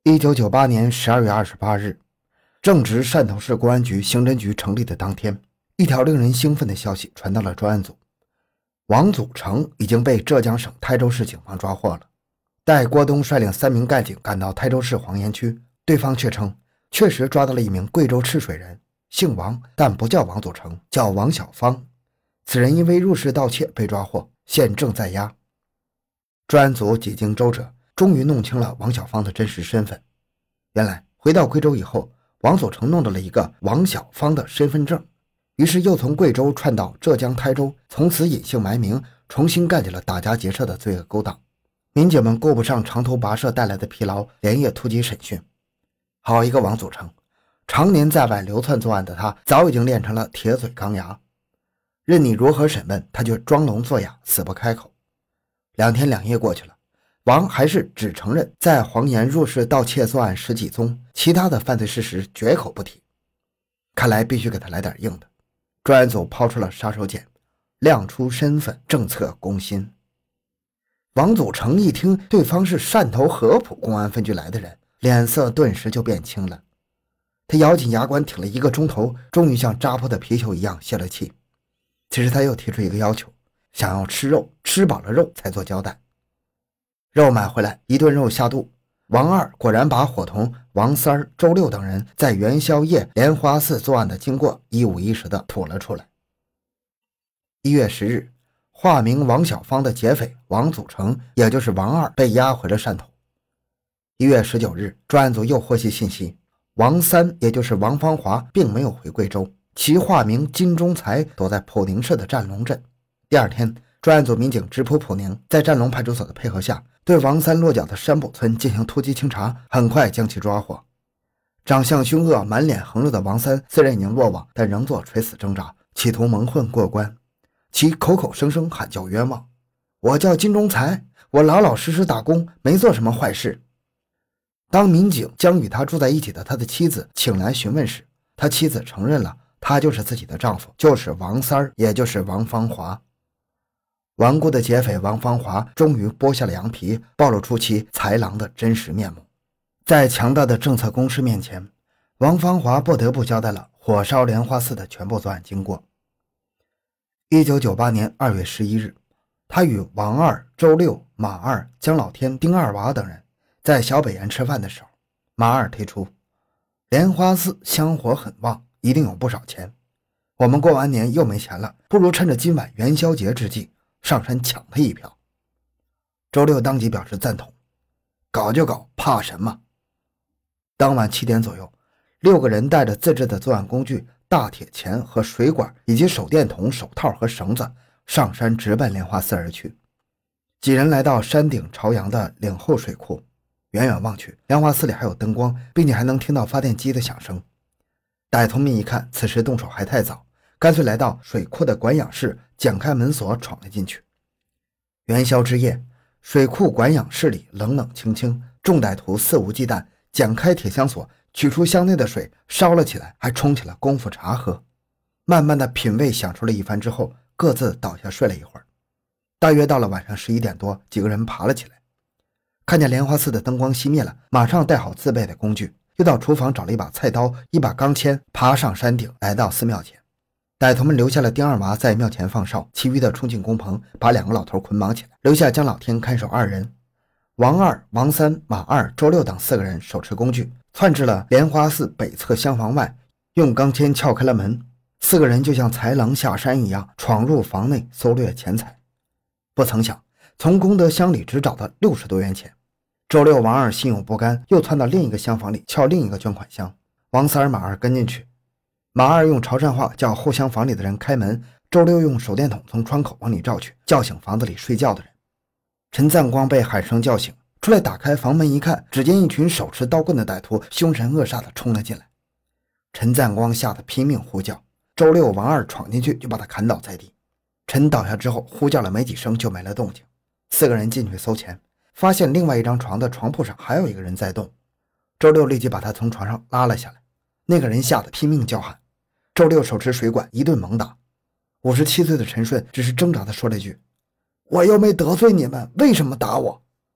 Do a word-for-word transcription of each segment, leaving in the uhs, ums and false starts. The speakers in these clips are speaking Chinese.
一九九八年十二月二十八日，正值汕头市公安局刑侦局成立的当天，一条令人兴奋的消息传到了专案组。王祖成已经被浙江省台州市警方抓获了。待郭东率领三名干警赶到台州市黄岩区，对方却称确实抓到了一名贵州赤水人，姓王，但不叫王祖成，叫王小芳。此人因为入室盗窃被抓获，现正在押。专案组几经周折，终于弄清了王小芳的真实身份。原来回到贵州以后，王祖成弄到了一个王小芳的身份证，于是又从贵州窜到浙江台州，从此隐姓埋名，重新干起了打家劫舍的罪恶勾当。民警们顾不上长途跋涉带来的疲劳，连夜突击审讯。好一个王祖成，常年在外流窜作案的他早已经练成了铁嘴钢牙，任你如何审问，他就装聋作哑，死不开口。两天两夜过去了，王还是只承认在黄岩入室盗窃作案十几宗，其他的犯罪事实绝口不提。看来必须给他来点硬的。专案组抛出了杀手锏，亮出身份，政策攻心。王祖成一听对方是汕头合浦公安分局来的人，脸色顿时就变青了。他咬紧牙关挺了一个钟头，终于像扎破的皮球一样泄了气。其实他又提出一个要求，想要吃肉，吃饱了肉才做交代。肉买回来，一顿肉下肚，王二果然把伙同王三儿、周六等人在元宵夜莲花寺作案的经过一五一十的吐了出来。一月十日，化名王小芳的劫匪王祖成，也就是王二，被押回了汕头。一月十九日，专案组又获悉信息，王三也就是王芳华并没有回贵州，其化名金忠才躲在普宁市的占龙镇。第二天，专案组民警直扑普宁，在占龙派出所的配合下，对王三落脚的山堡村进行突击清查，很快将其抓获。长相凶恶、满脸横肉的王三虽然已经落网，但仍做垂死挣扎，企图蒙混过关。其口口声声喊叫冤枉，我叫金忠才，我老老实实打工，没做什么坏事。当民警将与他住在一起的他的妻子请来询问时，他妻子承认了他就是自己的丈夫，就是王三儿，也就是王芳华。顽固的劫匪王芳华终于剥下了羊皮，暴露出其豺狼的真实面目。在强大的政策攻势面前，王芳华不得不交代了火烧莲花寺的全部作案经过。一九九八年二月十一日，他与王二、周六、马二、姜老天、丁二娃等人在小北岩吃饭的时候，马二提出，莲花寺香火很旺，一定有不少钱，我们过完年又没钱了，不如趁着今晚元宵节之际上山抢他一票。周六当即表示赞同，搞就搞，怕什么？当晚七点左右，六个人带着自制的作案工具、大铁钳和水管以及手电筒、手套和绳子上山直奔莲花寺而去。几人来到山顶朝阳的岭后水库，远远望去，莲花寺里还有灯光，并且还能听到发电机的响声。歹徒们一看此时动手还太早，干脆来到水库的管养室，剪开门锁闯了进去。元宵之夜，水库管养室里冷冷清清，众歹徒肆无忌惮，剪开铁箱锁，取出箱内的水烧了起来，还冲起了功夫茶喝。慢慢的品味享受了一番之后，各自倒下睡了一会儿。大约到了晚上十一点多，几个人爬了起来，看见莲花寺的灯光熄灭了，马上带好自备的工具，又到厨房找了一把菜刀、一把钢钎，爬上山顶，来到寺庙前。歹徒们留下了丁二娃在庙前放哨，其余的冲进工棚，把两个老头捆绑起来，留下姜老天看守二人。王二、王三、马二、周六等四个人手持工具，窜至了莲花寺北侧厢房外，用钢钎撬开了门。四个人就像豺狼下山一样，闯入房内搜掠钱财。不曾想，从功德箱里只找到六十多元钱。周六、王二心有不甘，又窜到另一个厢房里撬另一个捐款箱。王三、马二跟进去。马二用潮汕话叫后厢房里的人开门，周六用手电筒从窗口往里照去，叫醒房子里睡觉的人。陈赞光被喊声叫醒，出来打开房门一看，只见一群手持刀棍的歹徒凶神恶煞地冲了进来。陈赞光吓得拼命呼叫，周六、王二闯进去就把他砍倒在地。陈倒下之后呼叫了没几声就没了动静。四个人进去搜钱，发现另外一张床的床铺上还有一个人在动。周六立即把他从床上拉了下来，那个人吓得拼命叫喊。周六手持水管一顿猛打。五十七岁的陈顺只是挣扎地说了一句，我又没得罪你们，为什么打我？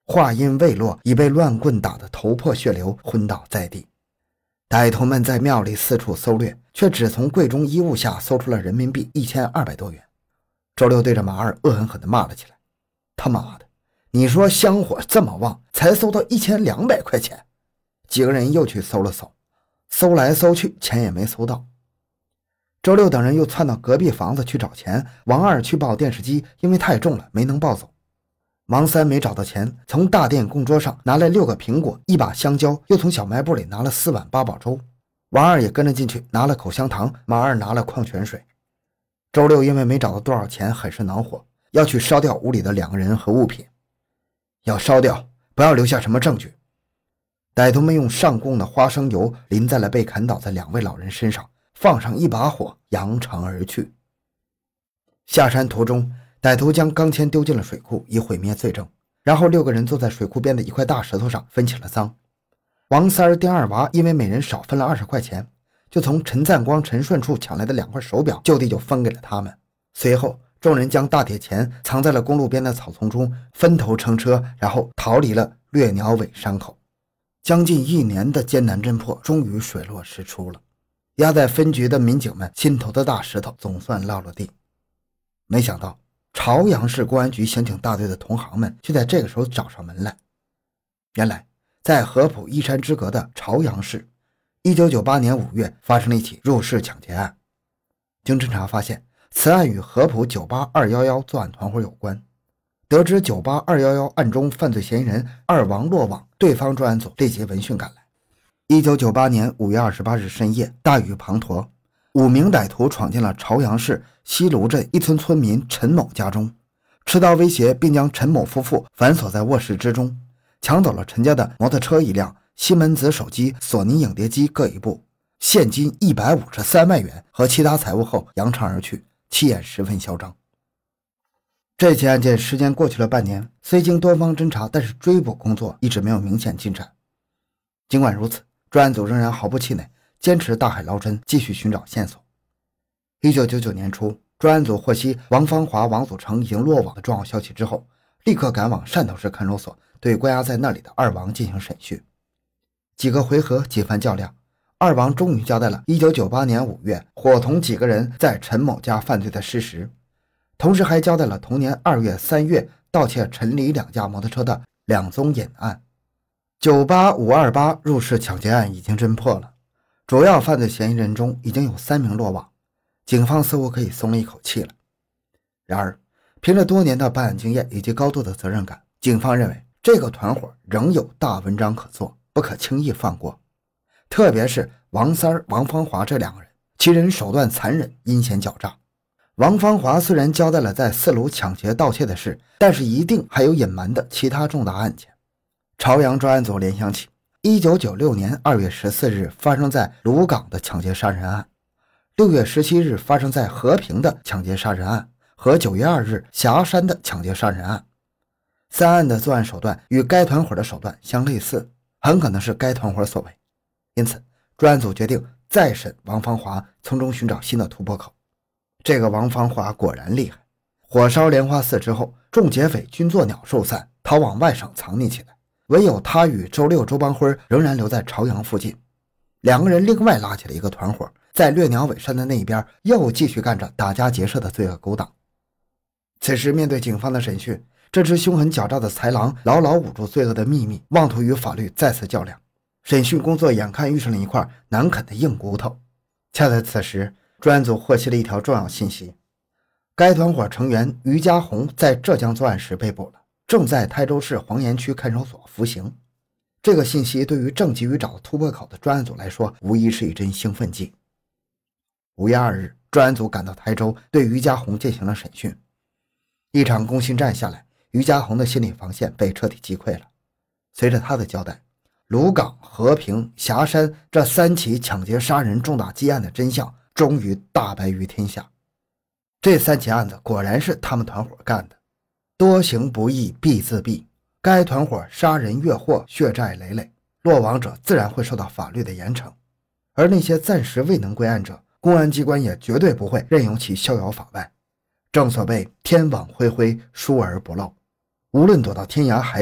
话音未落，已被乱棍打得头破血流，昏倒在地。歹徒们在庙里四处搜掠，却只从柜中衣物下搜出了人民币一千二百多元。周六对着马二恶狠狠地骂了起来：“他妈的，你说香火这么旺，才搜到一千两百块钱！”几个人又去搜了搜，搜来搜去，钱也没搜到。周六等人又窜到隔壁房子去找钱，王二去抱电视机，因为太重了没能抱走。王三没找到钱，从大殿供桌上拿来六个苹果，一把香蕉，又从小卖部里拿了四碗八宝粥。王二也跟着进去拿了口香糖，马二拿了矿泉水。周六因为没找到多少钱，很是恼火，要去烧掉屋里的两个人和物品。要烧掉，不要留下什么证据。歹徒们用上供的花生油淋在了被砍倒的两位老人身上，放上一把火，扬长而去。下山途中，歹徒将钢钎丢进了水库，以毁灭罪证。然后六个人坐在水库边的一块大石头上分起了赃。王三儿、丁二娃因为每人少分了二十块钱，就从陈赞光、陈顺处抢来的两块手表就地就分给了他们。随后众人将大铁钱藏在了公路边的草丛中，分头乘车，然后逃离了掠鸟尾山口。将近一年的艰难侦破终于水落石出了，压在分局的民警们心头的大石头总算落了地。没想到朝阳市公安局刑警大队的同行们却在这个时候找上门来。原来在合浦依山之隔的朝阳市，一九九八年五月发生了一起入室抢劫案。经侦查发现，此案与合浦九八二一一作案团伙有关。得知九八二一一案中犯罪嫌疑人二王落网，对方专案组立即闻讯赶来。一九九八年五月二十八日深夜，大雨滂沱，五名歹徒闯进了朝阳市西卢镇一村村民陈某家中，持刀威胁并将陈某夫妇反锁在卧室之中，抢走了陈家的摩托车一辆、西门子手机、索尼影碟机各一部，现金一百五十三万元和其他财物后扬长而去，气焰十分嚣张。这起案件时间过去了半年，虽经多方侦查，但是追捕工作一直没有明显进展。尽管如此，专案组仍然毫不气馁，坚持大海捞针，继续寻找线索。一九九九年初，专案组获悉王芳华、王祖成已经落网的重要消息之后，立刻赶往汕头市看守所，对关押在那里的二王进行审讯。几个回合，几番较量，二王终于交代了一九九八年五月伙同几个人在陈某家犯罪的事实，同时还交代了同年二月、三月盗窃陈李两架摩托车的两宗隐案。九八五二八入室抢劫案已经侦破了，主要犯罪嫌疑人中已经有三名落网，警方似乎可以松了一口气了。然而，凭着多年的办案经验以及高度的责任感，警方认为这个团伙仍有大文章可做，不可轻易放过。特别是王三、王芳华这两个人，其人手段残忍，阴险狡诈。王芳华虽然交代了在四卢抢劫盗窃的事，但是一定还有隐瞒的其他重大案件。朝阳专案组联想起一九九六年二月十四日发生在鲁港的抢劫杀人案，六月十七日发生在和平的抢劫杀人案和九月二日霞山的抢劫杀人案，三案的作案手段与该团伙的手段相类似，很可能是该团伙所为。因此专案组决定再审王芳华，从中寻找新的突破口。这个王芳华果然厉害，火烧莲花寺之后，众劫匪均作鸟兽散，逃往外省藏匿起来，唯有他与周六、周邦辉仍然留在朝阳附近。两个人另外拉起了一个团伙，在掠鸟尾山的那一边又继续干着打家劫舍的罪恶勾当。此时面对警方的审讯，这只凶狠狡诈的豺狼牢牢捂住罪恶的秘密，妄图与法律再次较量。审讯工作眼看遇上了一块难啃的硬骨头。恰在此时，专案组获悉了一条重要信息，该团伙成员于家红在浙江作案时被捕了，正在台州市黄岩区看守所服刑。这个信息对于正急于找突破口的专案组来说，无疑是一针兴奋剂。五月二日，专案组赶到台州，对于家红进行了审讯。一场攻心战下来，于家红的心理防线被彻底击溃了。随着他的交代，鲁港、和平、霞山这三起抢劫杀人重大积案的真相终于大白于天下。这三起案子果然是他们团伙干的，多行不义必自毙。该团伙杀人越货，血债累累，落网者自然会受到法律的严惩，而那些暂时未能归案者，公安机关也绝对不会任由其逍遥法外。正所谓天网恢恢，疏而不漏，无论躲到天涯海角，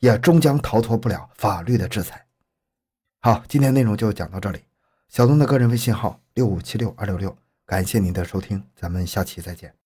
也终将逃脱不了法律的制裁。好，今天内容就讲到这里。小东的个人微信号六五七六二六六，感谢您的收听，咱们下期再见。